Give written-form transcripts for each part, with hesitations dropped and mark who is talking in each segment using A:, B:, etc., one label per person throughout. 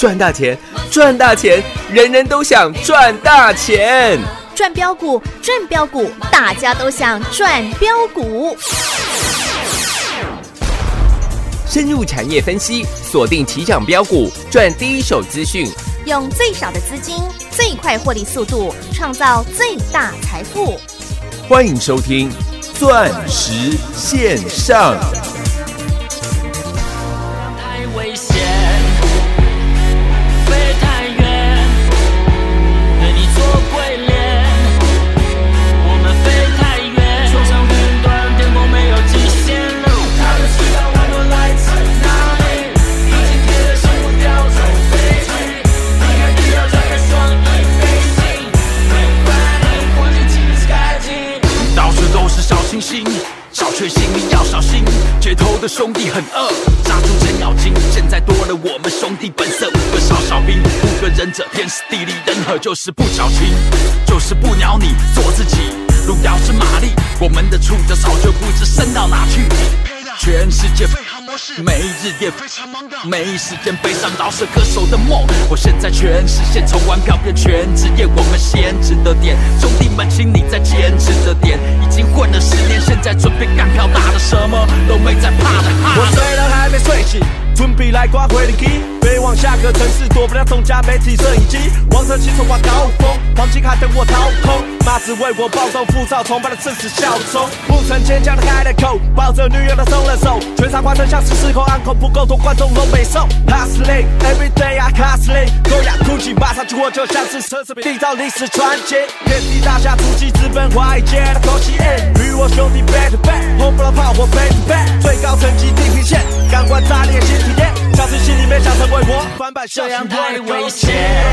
A: 赚大钱，赚大钱，人人都想赚大钱。
B: 赚标股，赚标股，大家都想赚标股。
A: 深入产业分析，锁定起涨标股，赚第一手资讯，
B: 用最少的资金，最快获利速度，创造最大财富。
A: 欢迎收听钻石线上。
C: 太危险，飞太远，对你做鬼脸，我们飞太远，冲上云端，天空没有极限了。他们知道我们来自哪里，已经贴了心不掉走飞去，离开地球张开双翼飞行，没反应，忘记起sky king，到处都是小星星。小确幸你要小心，街头的兄弟很饿，杀猪程咬金。现在多了我们兄弟本色，5个小兵，5个忍者，天时地利人和，就是不矫情，就是不鸟你，做自己。路遥知马力，我们的触角早就不知伸到哪去。全世界没日夜非常忙的，没时间背上饶舌歌手的梦。我现在全实现，从玩票变全职业，我们先值得点。兄弟们，请你再坚持着点。已经混了10年，现在准备干票大的，什么都没在怕的。
D: 我虽然还没睡醒，准备来刮回灵机，飞往下个城市，躲不了众家媒体摄影机。王者骑手挂高峰，黄金卡等我掏空，马子为我暴动，浮躁崇拜的正是效忠。不曾坚强的开了口，抱着女友的松了手，全场观众像是失控，安口不够多，观众都没送。Hustling every day I hustling， 高雅哭泣，马上去我就像是奢侈品，缔造历史传奇。遍地大侠突击，资本华尔街的口气，与我兄弟 back to back， 红不了炮火 back to back， 最高层级地平线，感官炸裂新体验，小事心里面想成为我翻版，
C: 这样太危险，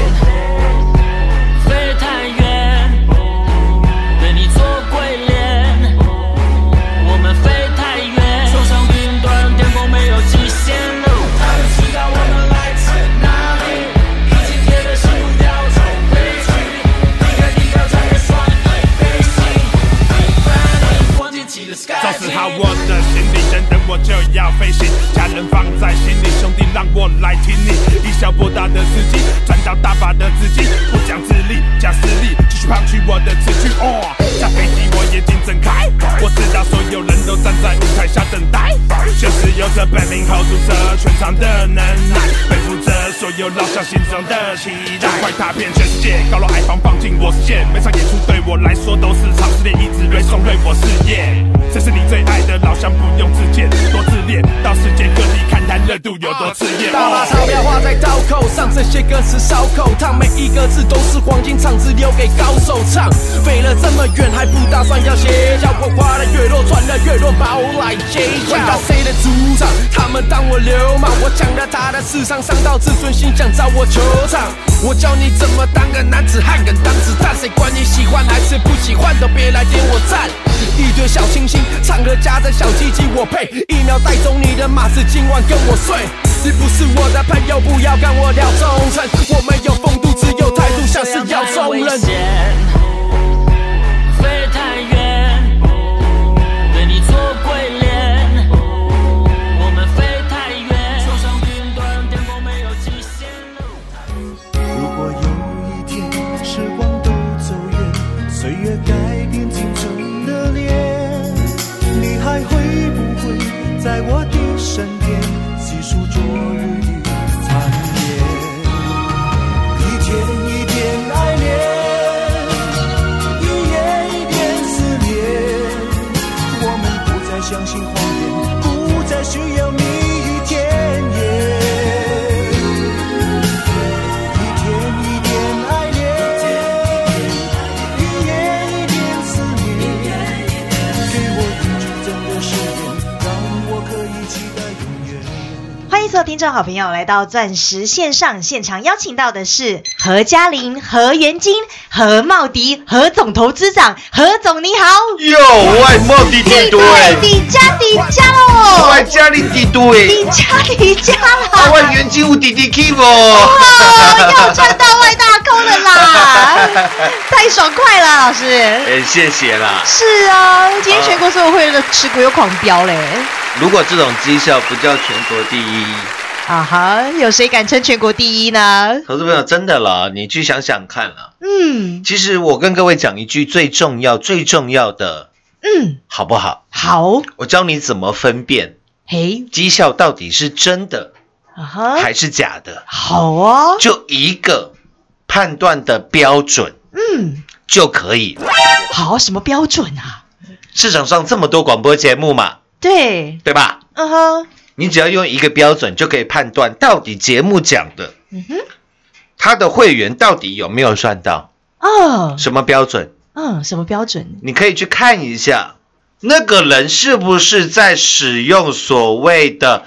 C: 飞太远，对你做鬼脸，我们飞太远，冲上云端，天空没有极限了。他们知道我们来自哪里，已经贴了心不掉走飞去，离开地球张开双翼飞行，没反应，忘记起了sky。
E: 收拾好我的行李，等等我就要飞行，家人放在心里，兄弟让我来听你。以小博大的司机，赚到大把的资金，不讲自力，讲实力，继续胖取我的词句。下飞机我眼睛睁开，我知道所有人都站在舞台下等待，就是有着本领 hold 住着全场的能耐，背负着所有老乡心中的期待，快踏遍全世界，高楼海防放进我视线，每场演出对我来说都是场试炼，一直锐送锐我事业。这是你最爱的老乡，不用自荐，多自恋，到世界各地看看热度有多炽烈。
D: 大把钞票画在刀口上，这些歌词烧口烫，每一个字都是黄金唱，只留给高手唱。飞了这么远，还不打算要歇脚，我花了越多，赚了越多，把我来揭晓。回到谁的主场？他们当我流氓，我抢了他的市场，伤到自尊心，想找我球场。我教你怎么当个男子汉，跟当子弹，谁管你喜欢还是不喜欢，都别来点我赞。一堆小清新，唱歌夹着小鸡鸡，我配1秒带走你的马子，今晚跟我睡。你不是我的朋友，不要跟我聊忠诚。我们有风度，只有态度，像是要中人。
C: 飞太远，对你做鬼脸，我们飞太远，冲上云端，天空没有极限了。
F: 如果有一天时光都走远，岁月改变青春的脸，你还会不会在我的身边细数昨日的残烟？一天一点爱恋，一夜一点思念，我们不再相信谎言，不再需要蜜语甜言。一天一点爱恋，一夜一点思念，给我一句真的誓言，让我可以期待永远。
G: 欢迎所有听众好朋友来到钻石线上现场，邀请到的是何嘉玲、何元金、何茂迪、何总投资长。何总你好。
H: 哟，我茂迪地对，
G: 底加喽，
H: 我嘉玲地对，
G: 底加啦，
H: 我元金有弟弟去不？
G: 哇，要赚到外大空了啦，太爽快了，老师。
H: 谢谢啦。
G: 是啊，今天全国所有会员的持股有狂飙嘞。
H: 如果这种绩效不叫全国第一，
G: 啊哈，有谁敢称全国第一呢？
H: 投资朋友，真的啦，你去想想看啦。
G: 嗯，
H: 其实我跟各位讲一句最重要的，好不好？
G: 好，
H: 我教你怎么分辨
G: 嘿，
H: 绩效到底是真的
G: 啊哈，
H: 还是假的。
G: 好啊，
H: 就一个判断的标准，就可以了。
G: 好，什么标准啊？
H: 市场上这么多广播节目嘛，
G: 对
H: 吧？你只要用一个标准就可以判断到底节目讲的，他的会员到底有没有赚到。什么标准？
G: 什么标准？
H: 你可以去看一下那个人是不是在使用所谓的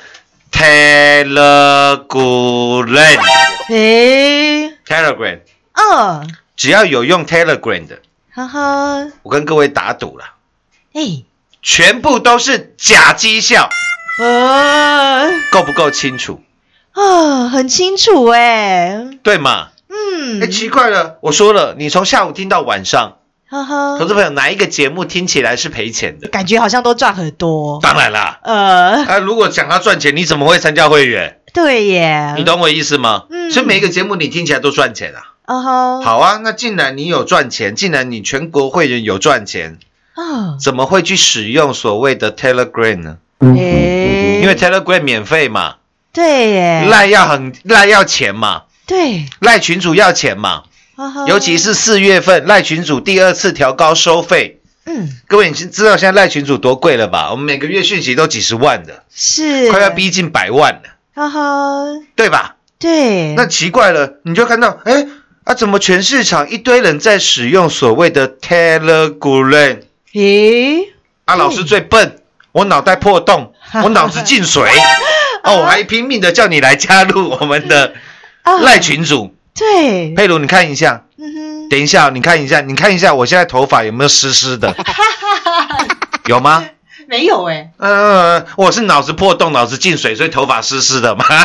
H: Telegram。 Telegram， 只要有用 Telegram 的，我跟各位打赌了，全部都是假绩效。够不够清楚？
G: 很清楚
H: 对嘛？奇怪了，我说了，你从下午听到晚上，投资朋友哪一个节目听起来是赔钱的？
G: 感觉好像都赚很多。
H: 当然啦，如果讲他赚钱，你怎么会参加会员？
G: 对耶，
H: 你懂我意思吗？所以每一个节目你听起来都赚钱啊。好啊，那既然你有赚钱，既然你全国会员有赚钱，怎么会去使用所谓的 Telegram 呢？因为 Telegram 免费嘛。对耶，赖要钱嘛。对，赖群主要钱嘛。尤其是4月份赖群主第2次调高收费。各位你知道现在赖群主多贵了吧？我们每个月讯息都几十万的，是快要逼近100万了。对吧？对。那奇怪了，你就看到怎么全市场一堆人在使用所谓的 Telegram？ 老师最笨，我脑袋破洞，我脑子进水我还拼命的叫你来加入我们的赖群组。对，佩如你看一下，等一下你看一下我现在头发有没有湿湿的？有吗？
G: 没有
H: 我是脑子破洞，脑子进水，所以头发湿湿的嘛。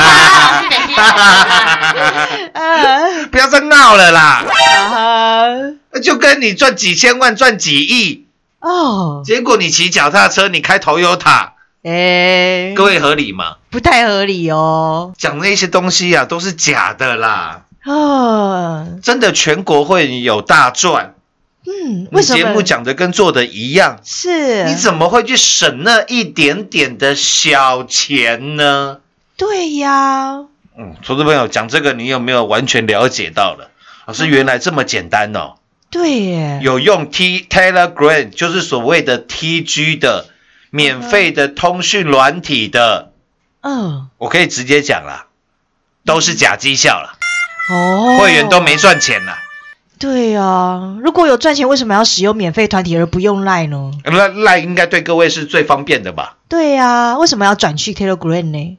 H: 不要再闹了啦！就跟你赚几千万、赚几亿结果你骑脚踏车，你开 Toyota，各位合理吗？不太合理哦。讲那些东西都是假的啦。真的全国会有大赚。为什么？节目讲的跟做的一样，是你怎么会去省那一点点的小钱呢？对呀。投资朋友讲这个，你有没有完全了解到了？老师原来这么简单哦。对耶。有用 Telegram， 就是所谓的 TG 的免费的通讯软体的。我可以直接讲啦，都是假绩效啦。会员都没赚钱啦。对啊，如果有赚钱，为什么要使用免费团体而不用 LINE 呢？LINE 应该对各位是最方便的吧？对啊，为什么要转去 Telegram 呢？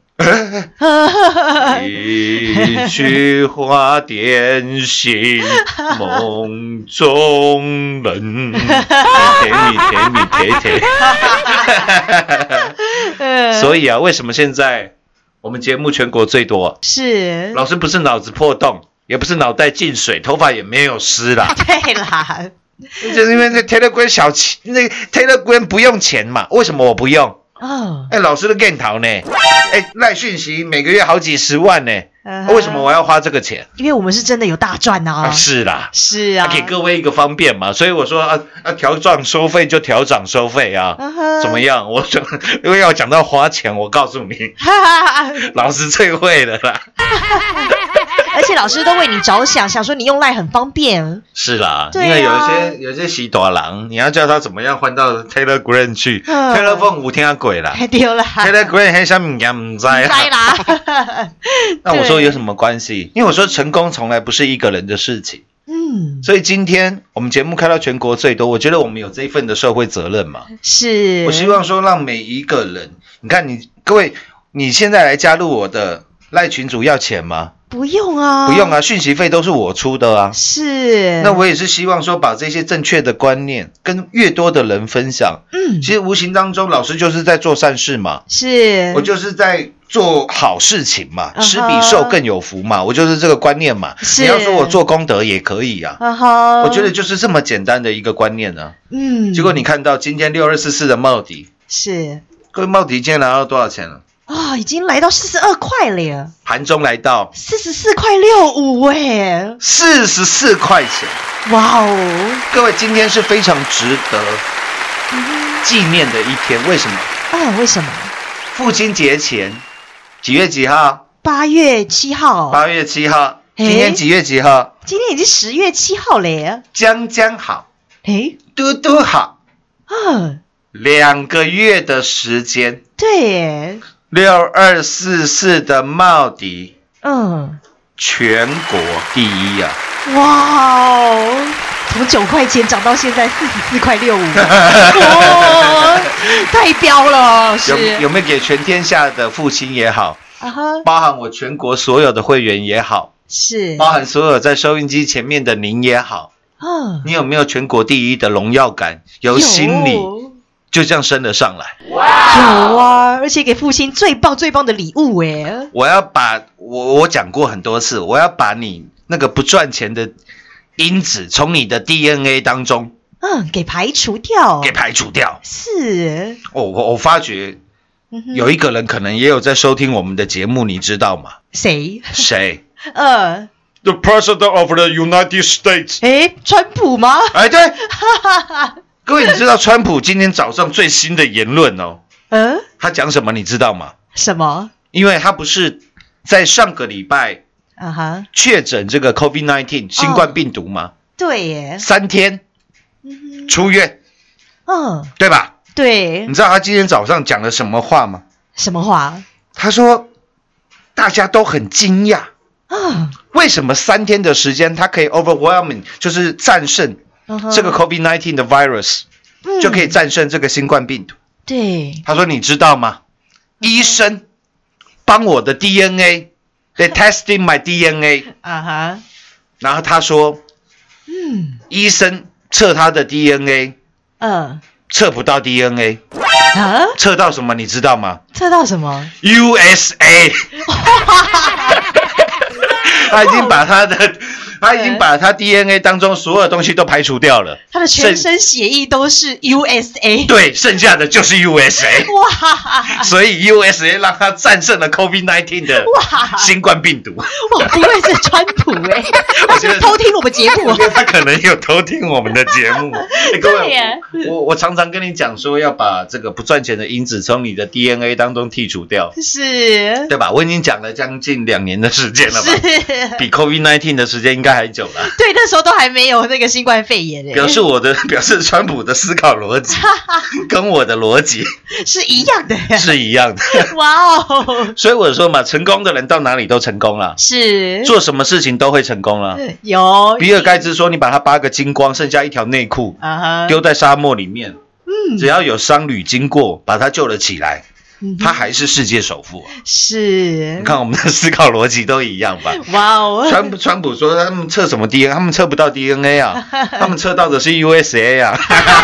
H: 一句话点醒梦中人，甜。所以为什么现在我们节目全国最多？是老师不是脑子破洞，也不是脑袋进水，头发也没有湿啦。对啦，就是因为那 Telegram 那 Telegram 不用钱嘛，为什么我不用？老师的更淘呢，赖讯息每个月好几十万呢，为什么我要花这个钱？因为我们是真的有大赚啊。是啦，是啊，给各位一个方便嘛，所以我说调涨收费就调涨收费啊，怎么样？因为要讲到花钱，我告诉你，老师最会的啦。而且老师都为你着想，想说你用赖很方便。是啦，因为有些喜大郎，你要叫他怎么样换到 Telegram 去，Telegram 有听鬼啦，对啦 ，Telegram 还什么也不知啦。那我说有什么关系？因为我说成功从来不是一个人的事情。所以今天我们节目开到全国最多，我觉得我们有这一份的社会责任嘛。是，我希望说让每一个人，你看各位，你现在来加入我的赖群组要钱吗？不用啊，不用啊，讯息费都是我出的啊。是，那我也是希望说把这些正确的观念跟越多的人分享。其实无形当中老师就是在做善事嘛。是，我就是在做好事情嘛，施比受更有福嘛，我就是这个观念嘛。你要说我做功德也可以啊。我觉得就是这么简单的一个观念啊。结果你看到今天6244的茂迪，是，各位茂迪今天拿到多少钱了
G: 已经来到42块了耶，
H: 盘中来到
G: 44块65哎
H: ，44块钱。
G: 哇哦！
H: 各位，今天是非常值得纪念的一天，为什么？
G: 为什么？
H: 父亲节前，几月几号
G: ？8月7号。
H: 8月7号。今天几月几号？
G: 今天已经10月7号了耶。
H: 将好。嘟嘟好。2个月的时间。
G: 对耶。
H: 6244的茂迪。全国第一啊！
G: 哇哦，从9块钱涨到现在44块65，哇，太飙了！
H: 有没有给全天下的父亲也好，包含我全国所有的会员也好，
G: 是
H: 包含所有在收音机前面的您也好，你有没有全国第一的荣耀感？由心里就这样升了上来。
G: 有啊，而且给父亲最棒的礼物哎！
H: 我要把我讲过很多次，我要把你那个不赚钱的因子从你的 DNA 当中，
G: 给排除掉。
H: 是我发觉有一个人可能也有在收听我们的节目，你知道吗？
G: 谁
H: ？The President of the United States。
G: 川普吗？
H: 对。各位，你知道川普今天早上最新的言论哦？他讲什么你知道吗？
G: 什么？
H: 因为他不是在上个礼拜确诊这个 COVID-19 新冠病毒吗？
G: 对耶
H: ，3天出院，对吧？
G: 对。
H: 你知道他今天早上讲了什么话吗？
G: 什么话？
H: 他说大家都很惊讶为什么3天的时间他可以 overwhelming， 就是战胜这个 COVID-19 的 virus，就可以战胜这个新冠病毒。
G: 对，
H: 他说你知道吗？医生帮我的 DNA， they testing my DNA， 然后他说，医生测他的 DNA， 测不到 DNA， 测到什么你知道吗？
G: 测到什么
H: ？USA， 他已经把他 DNA 当中所有东西都排除掉了，
G: 他的全身血液都是 USA，
H: 对，剩下的就是 USA， 哇！所以 USA 让他战胜了 COVID-19 的新冠病毒。
G: 哇，不愧是川普他是不是偷听我们节目？
H: 他可能有偷听我们的节目。各位，我常常跟你讲说，要把这个不赚钱的因子从你的 DNA 当中剔除掉，
G: 是，
H: 对吧？我已经讲了将近2年的时间了吧，比 COVID-19 的时间应该还久了。
G: 对，那时候都还没有那个新冠肺炎
H: 表示川普的思考逻辑跟我的逻辑
G: 是一样的，
H: 是一样的。
G: 哇哦！
H: 所以我说嘛，成功的人到哪里都成功了，
G: 是
H: 做什么事情都会成功了。
G: 有
H: 比尔盖茨说，你把他8个精光，剩下1条内裤丢在沙漠里面，只要有商旅经过，把他救了起来。他还是世界首富
G: 是，
H: 你看我们的思考逻辑都一样吧？
G: 哇哦！
H: 川普说他们测什么 DNA， 他们测不到 DNA 啊，他们测到的是 USA 啊，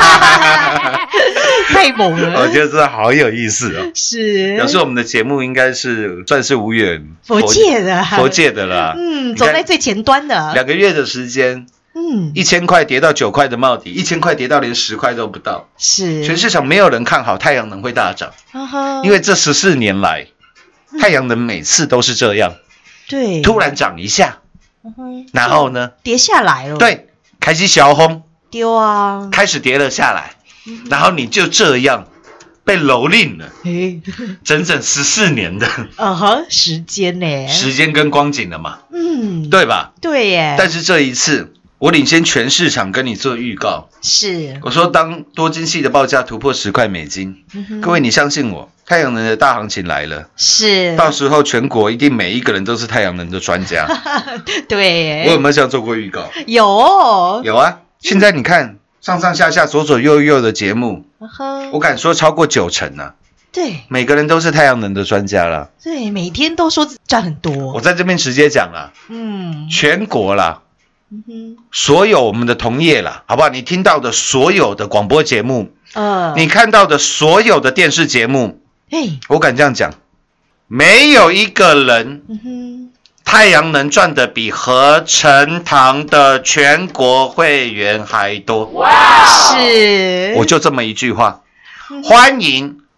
G: 太猛了！
H: 我觉得这好有意思哦。
G: 是，
H: 表示我们的节目应该是算是无远
G: 佛界的
H: 啦。
G: 走在最前端的。
H: 2个月的时间。1000块跌到9块的茂迪，1000块跌到连10块都不到，
G: 是
H: 全市场没有人看好太阳能会大涨，因为这14年来，太阳能每次都是这样，
G: 对，
H: 突然涨一下，然后呢，
G: 跌下来了，
H: 对，开始小轰，
G: 丢啊，
H: 开始跌了下来，然后你就这样被蹂躏了，整整14年的
G: 时间呢，
H: 时间跟光景了嘛，对吧？
G: 对耶，
H: 但是这一次。我领先全市场跟你做预告，
G: 是
H: 我说当多晶系的报价突破10块美金，各位你相信我，太阳能的大行情来了，
G: 是
H: 到时候全国一定每一个人都是太阳能的专家。
G: 对，
H: 我有没有这样做过预告？
G: 有
H: 啊，现在你看上上下下左左右右的节目，我敢说超过90%啊。
G: 对，
H: 每个人都是太阳能的专家啦。
G: 对，每天都说赚很多。
H: 我在这边直接讲啦，全国啦。所有我们的同业啦，好不好？你听到的所有的广播节目，你看到的所有的电视节目，我敢这样讲，没有一个人，太阳能赚的比合成堂的全国会员还多。
G: 是，
H: 我就这么一句话，欢迎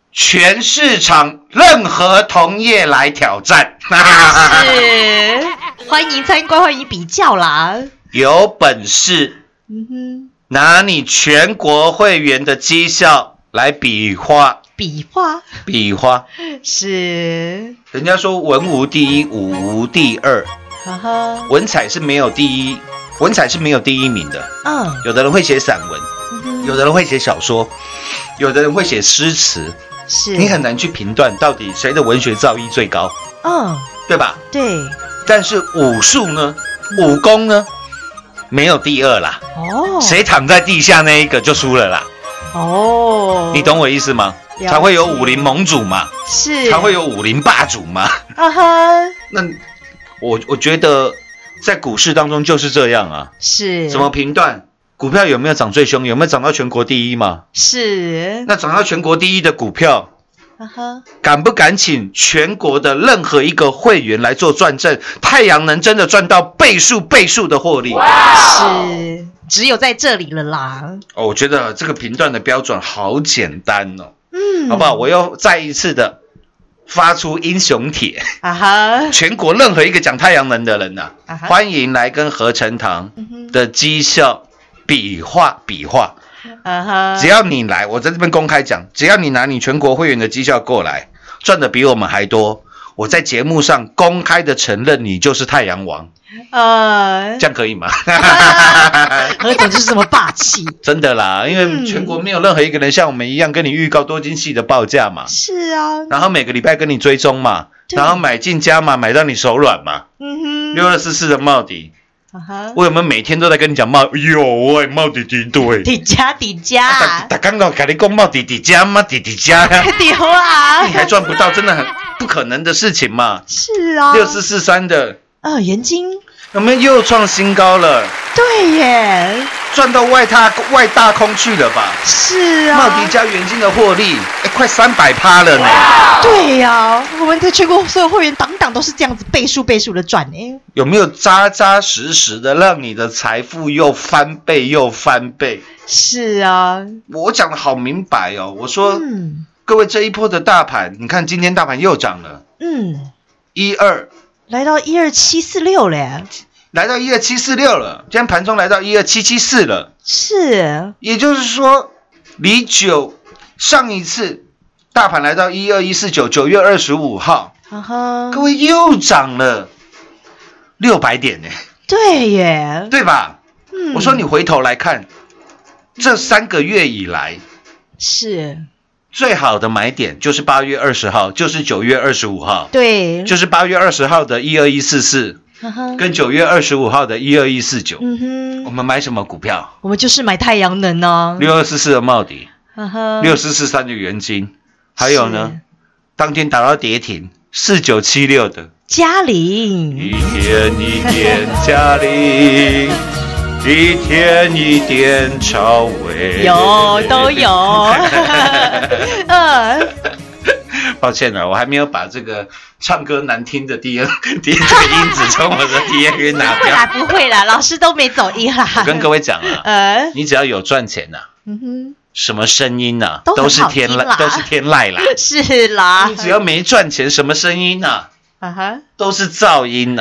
H: 全市场任何同业来挑战。
G: 是，欢迎参观，欢迎比较啦。
H: 有本事，拿你全国会员的绩效来比划。比划
G: 是，
H: 人家说文无第一，武无第二。文采是没有第一，文采是没有第一名的。有的人会写散文，有的人会写小说，有的人会写诗词。
G: 是，
H: 你很难去评断到底谁的文学造诣最高。对吧？
G: 对。
H: 但是武术呢，武功呢，没有第二啦。谁躺在地下那一个就输了啦。你懂我意思吗？才会有武林盟主嘛，是才会有武林霸主嘛。那我觉得在股市当中就是这样啊。是，怎么评断股票有没有涨最凶，有没有涨到全国第一嘛？是。那涨到全国第一的股票，敢不敢请全国的任何一个会员来做转正？太阳能真的赚到倍数的获利？
G: 是，只有在这里了啦。
H: 我觉得这个评断的标准好简单哦。好不好？我又再一次的发出英雄帖全国任何一个讲太阳能的人欢迎来跟合成堂的绩效比划。只要你来，我在这边公开讲，只要你拿你全国会员的绩效过来，赚的比我们还多，我在节目上公开的承认你就是太阳王。这样可以吗？
G: 何总就是这么霸气。
H: 真的啦，因为全国没有任何一个人像我们一样跟你预告多晶系的报价嘛。是啊。然后每个礼拜跟你追踪嘛，然后买进加码，买到你手软嘛。6244的茂迪。我有没有每天都在跟你讲茂迪对？
G: 底价。
H: 他刚刚跟你讲茂迪底价吗？底价。
G: 对啊。
H: 你还赚不到，真的很不可能的事情嘛。
G: 是啊。
H: 6443的。
G: 元晶
H: 有没有又创新高了？
G: 对耶，
H: 赚到外大空去了吧？
G: 是啊，
H: 茂迪加元晶的获利，快300%了呢。
G: 对呀，我们的全国所有会员档都是这样子倍数的赚呢。
H: 有没有扎扎实实的让你的财富又翻倍？是啊，我讲的好明白哦。我说，各位这一波的大盘，你看今天大盘又涨了，12。
G: 来到12746了耶，
H: 来到12746了，今天盘中来到12774了，
G: 是，
H: 也就是说，离上一次大盘来到12149，9月25号，各位又涨了600点呢，对耶，对吧？我说你回头来看，这3个月以来是。最好的买点就是8月20号，就是9月25号，对，就是8月20号的12144，跟9月25号的12149。我们买什么股票？
G: 我们就是买太阳能啊
H: ，6244的茂迪，6443的元晶，还有呢，当天打到跌停4976的
G: 嘉陵，
H: 一天一点嘉陵。一天一点超微，
G: 都有。
H: 抱歉了，我还没有把这个唱歌难听的这个音质从我的 DNA 拿掉。
G: 不会啦，老师都没走音啦。
H: 我跟各位讲啊，你只要有赚钱什么声音都是天籁啦。是啦，你只要没赚钱，什么声音都是噪音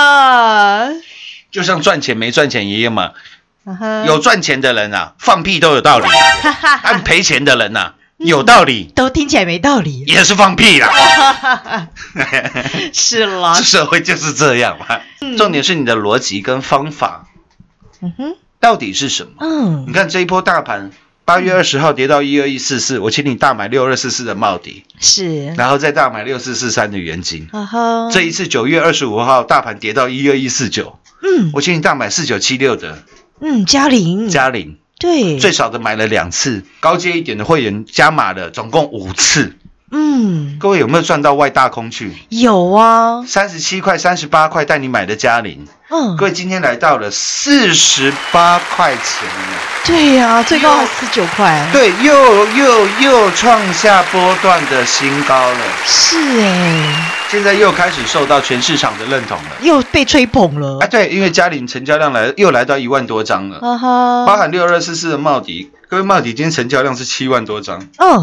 H: 就像赚钱没赚钱一样嘛，有赚钱的人放屁都有道理，按赔钱的人有道理，
G: 都听起来没道理，
H: 也是放屁啦。
G: 是啦，
H: 社会就是这样嘛。重点是你的逻辑跟方法，到底是什么？你看这一波大盘8月20号跌到12144，我请你大买6244的茂迪，是，然后再大买6443的元晶。这一次9月25号大盘跌到12149，我请你大买4976的，嘉陵，对，最少的买了2次，高阶一点的会员加码了总共5次。各位有没有赚到外大空去？
G: 有啊
H: ，37块、38块带你买的嘉陵，各位今天来到了48块钱了。对呀，最高还49块。对，又创下波段的新高了。是现在又开始受到全市场的认同了，
G: 又被吹捧了。
H: 对，因为嘉陵成交量又来到1万多张了，包含6244的茂迪，各位茂迪今天成交量是7万多张。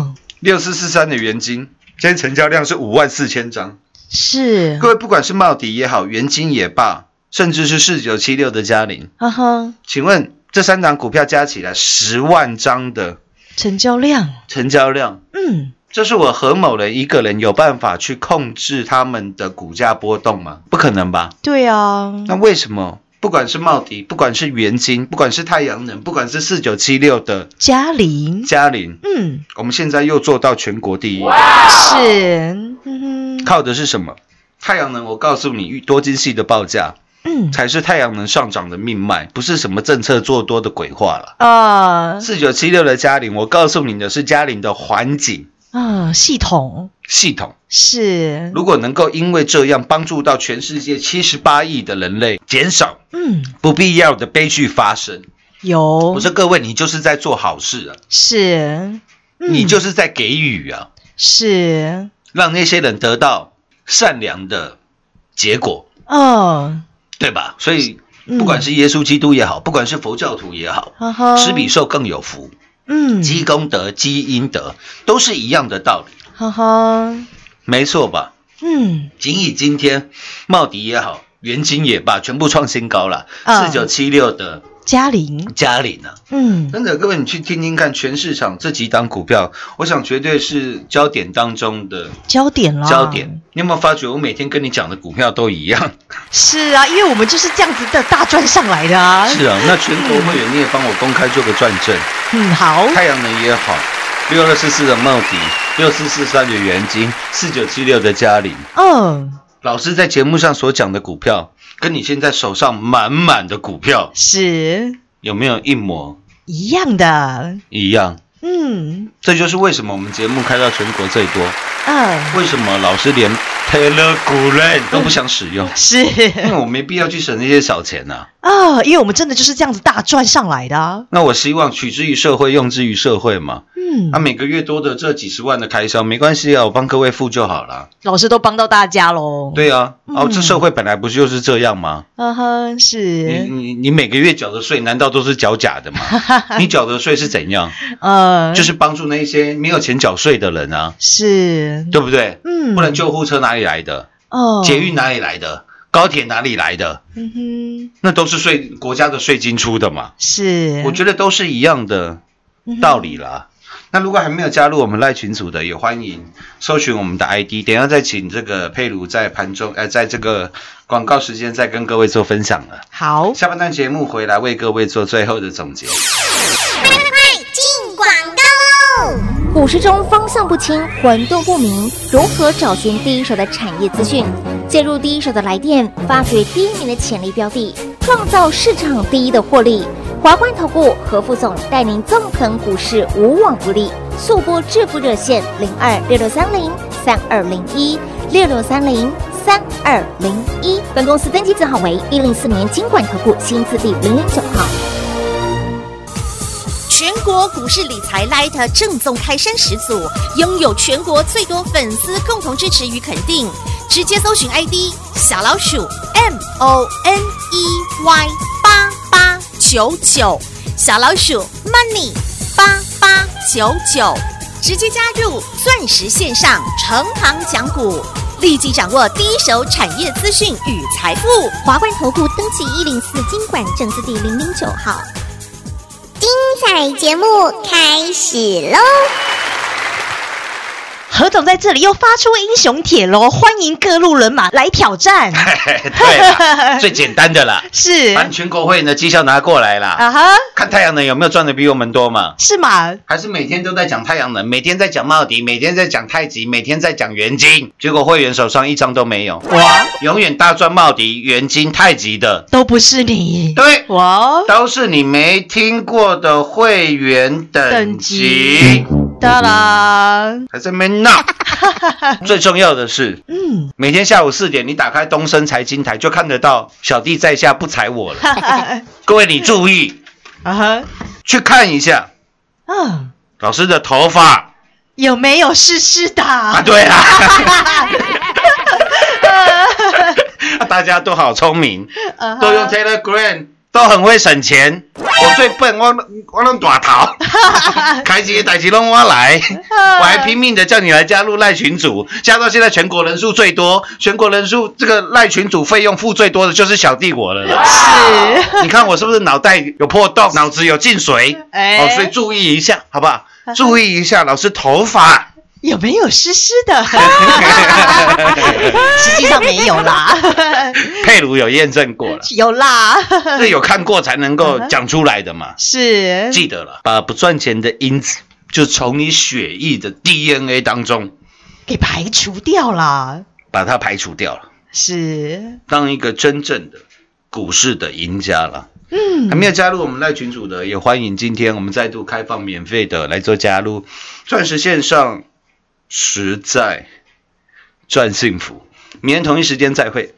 H: 6443的元金，今天成交量是54000张。
G: 是，
H: 各位不管是茂迪也好，元金也罢，甚至是4976的嘉麟，请问这3档股票加起来10万张的成交量，这是我何某人一个人有办法去控制他们的股价波动吗？不可能吧？
G: 对啊，
H: 那为什么不管是茂迪，不管是元金，不管是太阳能，不管是4976的嘉麟，我们现在又做到全国第一，
G: 是，
H: 靠的是什么？太阳能，我告诉你，多晶系的报价，才是太阳能上涨的命脉，不是什么政策做多的鬼话了。4976的嘉麟，我告诉你的是嘉麟的环境系统是，如果能够因为这样帮助到全世界78亿的人类，减少不必要的悲剧发生，我说各位，你就是在做好事啊，
G: 是，
H: 你就是在给予啊，
G: 是，
H: 让那些人得到善良的结果，对吧？所以不管是耶稣基督也好，不管是佛教徒也好，施比受更有福，积功德积阴德，都是一样的道理，没错吧？仅以今天茂迪也好，元金也罢，全部创新高了，4976的嘉麟啊，真的，各位你去听听看，全市场这几档股票，我想绝对是焦点当中的焦点。你有没有发觉，我每天跟你讲的股票都一样？
G: 是啊，因为我们就是这样子的大赚上来的啊。
H: 是啊，那全国会员你也帮我公开做个转正。
G: 好。
H: 太阳能也好，6244的茂迪，6443的元金，4976的嘉麟。老师在节目上所讲的股票，跟你现在手上满满的股票是有没有一模
G: 一样的？一样。
H: 这就是为什么我们节目开到全国最多。为什么老师连 Telegram 都不想使用？是因为我没必要去省那些小钱啊。
G: 因为我们真的就是这样子大赚上来的啊。
H: 那我希望取之于社会，用之于社会嘛。每个月多的这几十万的开销没关系啊，我帮各位付就好了。
G: 老师都帮到大家咯。
H: 对啊，这社会本来不就是这样吗？
G: 是。
H: 你每个月缴的税难道都是缴假的吗？你缴的税是怎样？就是帮助那些没有钱缴税的人啊。是。对不对？不然救护车哪里来的？捷运哪里来的？高铁哪里来的？那都是国家的税金出的嘛。是。我觉得都是一样的道理啦。那如果还没有加入我们赖群组的，也欢迎搜寻我们的 ID， 等一下再请这个佩如在盘中在这个广告时间再跟各位做分享了。好，下半段节目回来为各位做最后的总结。
B: 快进广告喽！股市中方向不清、混沌不明，如何找寻第一手的产业资讯？介入第一手的来电，发掘第一名的潜力标的，创造市场第一的获利。华冠投顾何副总带领纵横股市，无往不利。速播致富热线026630320166303201。本公司登记字号为104年金管投顾新字第009号。全国股市理财 Light 正宗开山始祖，拥有全国最多粉丝共同支持与肯定。直接搜寻 ID 小老鼠 MONEY8899， 小老鼠 Money 8899，直接加入钻石线上成行讲股，立即掌握第一手产业资讯与财富。华冠投顾登记104金管证字第009号。精彩节目开始喽！
G: 何总在这里又发出英雄帖喽，欢迎各路人马来挑战。
H: 对啦，最简单的啦，是把全国会员的绩效拿过来啦。看太阳能有没有赚的比我们多嘛？是吗？还是每天都在讲太阳能，每天在讲茂迪，每天在讲太极，每天在讲元金，结果会员手上一张都没有。哇！永远大赚茂迪、元金、太极的
G: 都不是你。对，
H: 哇，都是你没听过的会员等级。当然，还在那边闹。最重要的是，每天下午4点，你打开东森财经台，就看得到小弟在下不踩我了。各位你注意，去看一下，老师的头发
G: 有没有湿湿的？
H: 对啊。大家都好聪明，都用 Telegram 都很会省钱。我最笨，我弄大头，开机的代志弄我来，我还拼命的叫你来加入赖群组，加到现在全国人数最多，全国人数这个赖群组费用付最多的就是小弟我了啦。
G: 是，
H: 你看我是不是脑袋有破洞，脑子有进水？所以注意一下，好不好？注意一下，老师头发
G: 有没有湿湿的？实际上没有啦。
H: 佩如有验证过了，
G: 有啦，
H: 这有看过才能够讲出来的嘛。
G: 是，
H: 记得了，把不赚钱的因子就从你血液的 DNA 当中
G: 给排除掉了，
H: 把它排除掉了，
G: 是
H: 当一个真正的股市的赢家了。还没有加入我们赖群组的，也欢迎今天我们再度开放免费的来做加入，钻石线上。实在赚幸福，明天同一时间再会。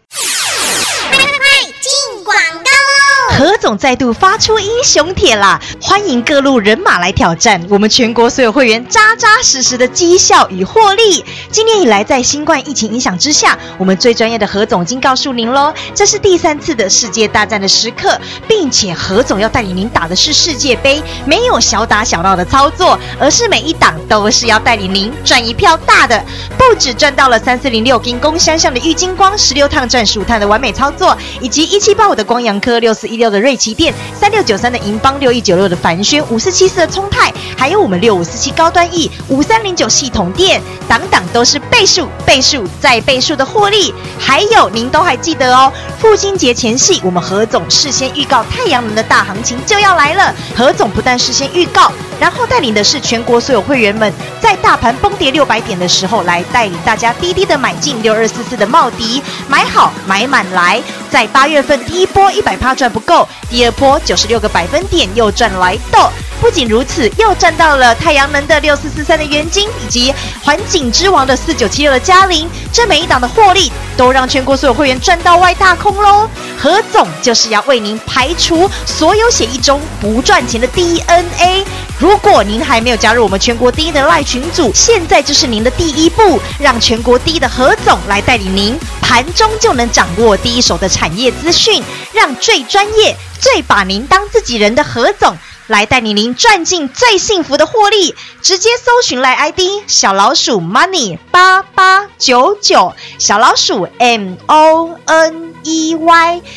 G: 何总再度发出英雄帖啦，欢迎各路人马来挑战我们全国所有会员扎扎实实的绩效与获利。今年以来，在新冠疫情影响之下，我们最专业的何总已经告诉您咯，这是第3次的世界大战的时刻，并且何总要带领您打的是世界杯，没有小打小闹的操作，而是每一档都是要带领您赚一票大的。不止赚到了3406金工山上的玉金光16趟赚15趟的完美操作，以及1785的光阳科6416的瑞奇电3693的银邦6196的凡轩5474的聪泰，还有我们6547高端 E 5309系统电，档档都是倍数倍数再倍数的获利。还有您都还记得哦，父亲节前夕，我们何总事先预告太阳能的大行情就要来了。何总不但事先预告，然后带领的是全国所有会员们，在大盘崩跌600点的时候，来带领大家低低的买进6244的茂迪，买好买满来。在8月份第一波100%赚不够，第二波96个百分点又赚来豆。不仅如此，又赚到了太阳能的6443的元晶，以及环境之王的4976的嘉陵，这每一档的获利都让全国所有会员赚到外大空咯。何总就是要为您排除所有血液中不赚钱的 DNA。如果您还没有加入我们全国第一的赖群组，现在就是您的第一步，让全国第一的何总来带领您，盘中就能掌握第一手的产业资讯，让最专业、最把您当自己人的何总来带领您赚进最幸福的获利。直接搜寻赖 ID 小老鼠 money 8899，小老鼠 MONEY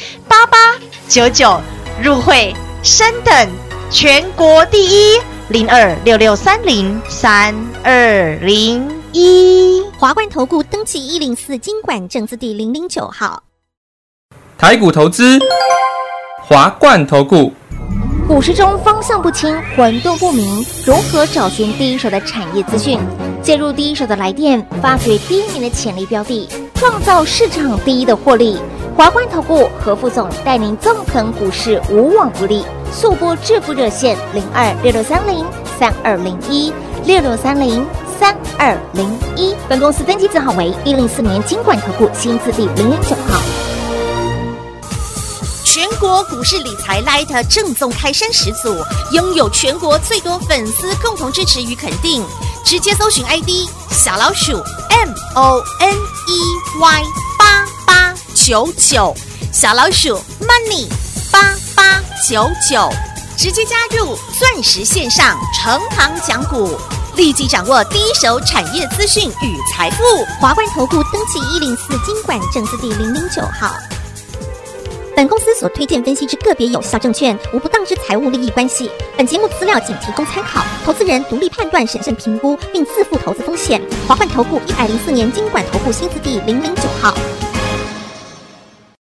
G: 8899，入会升等全国第一0266303201。
B: 华冠投顾登记104金管证字第009号。
I: 台股投资，华冠投顾。
B: 股市中方向不清、混沌不明，如何找寻第一手的产业资讯？介入第一手的来电，发掘第一名的潜力标的，创造市场第一的获利。华冠投顾何副总带领纵横股市，无往不利。速播致富热线0266303201，66303201。本公司登记字号为104年金管投顾新字第009号。
J: 全国股市理财 Light 正宗开山始祖，拥有全国最多粉丝共同支持与肯定。直接搜寻 ID 小老鼠 MONEY8899，小老鼠 Money 8899，直接加入钻石线上成行讲股，立即掌握第一手产业资讯与财富。
B: 华冠投顾登记104金管证字第009号。本公司所推荐分析之个别有效证券，无不当之财务利益关系。本节目资料仅提供参考，投资人独立判断、审慎评估，并自负投资风险。华冠投顾104年金管投顾新字第009号。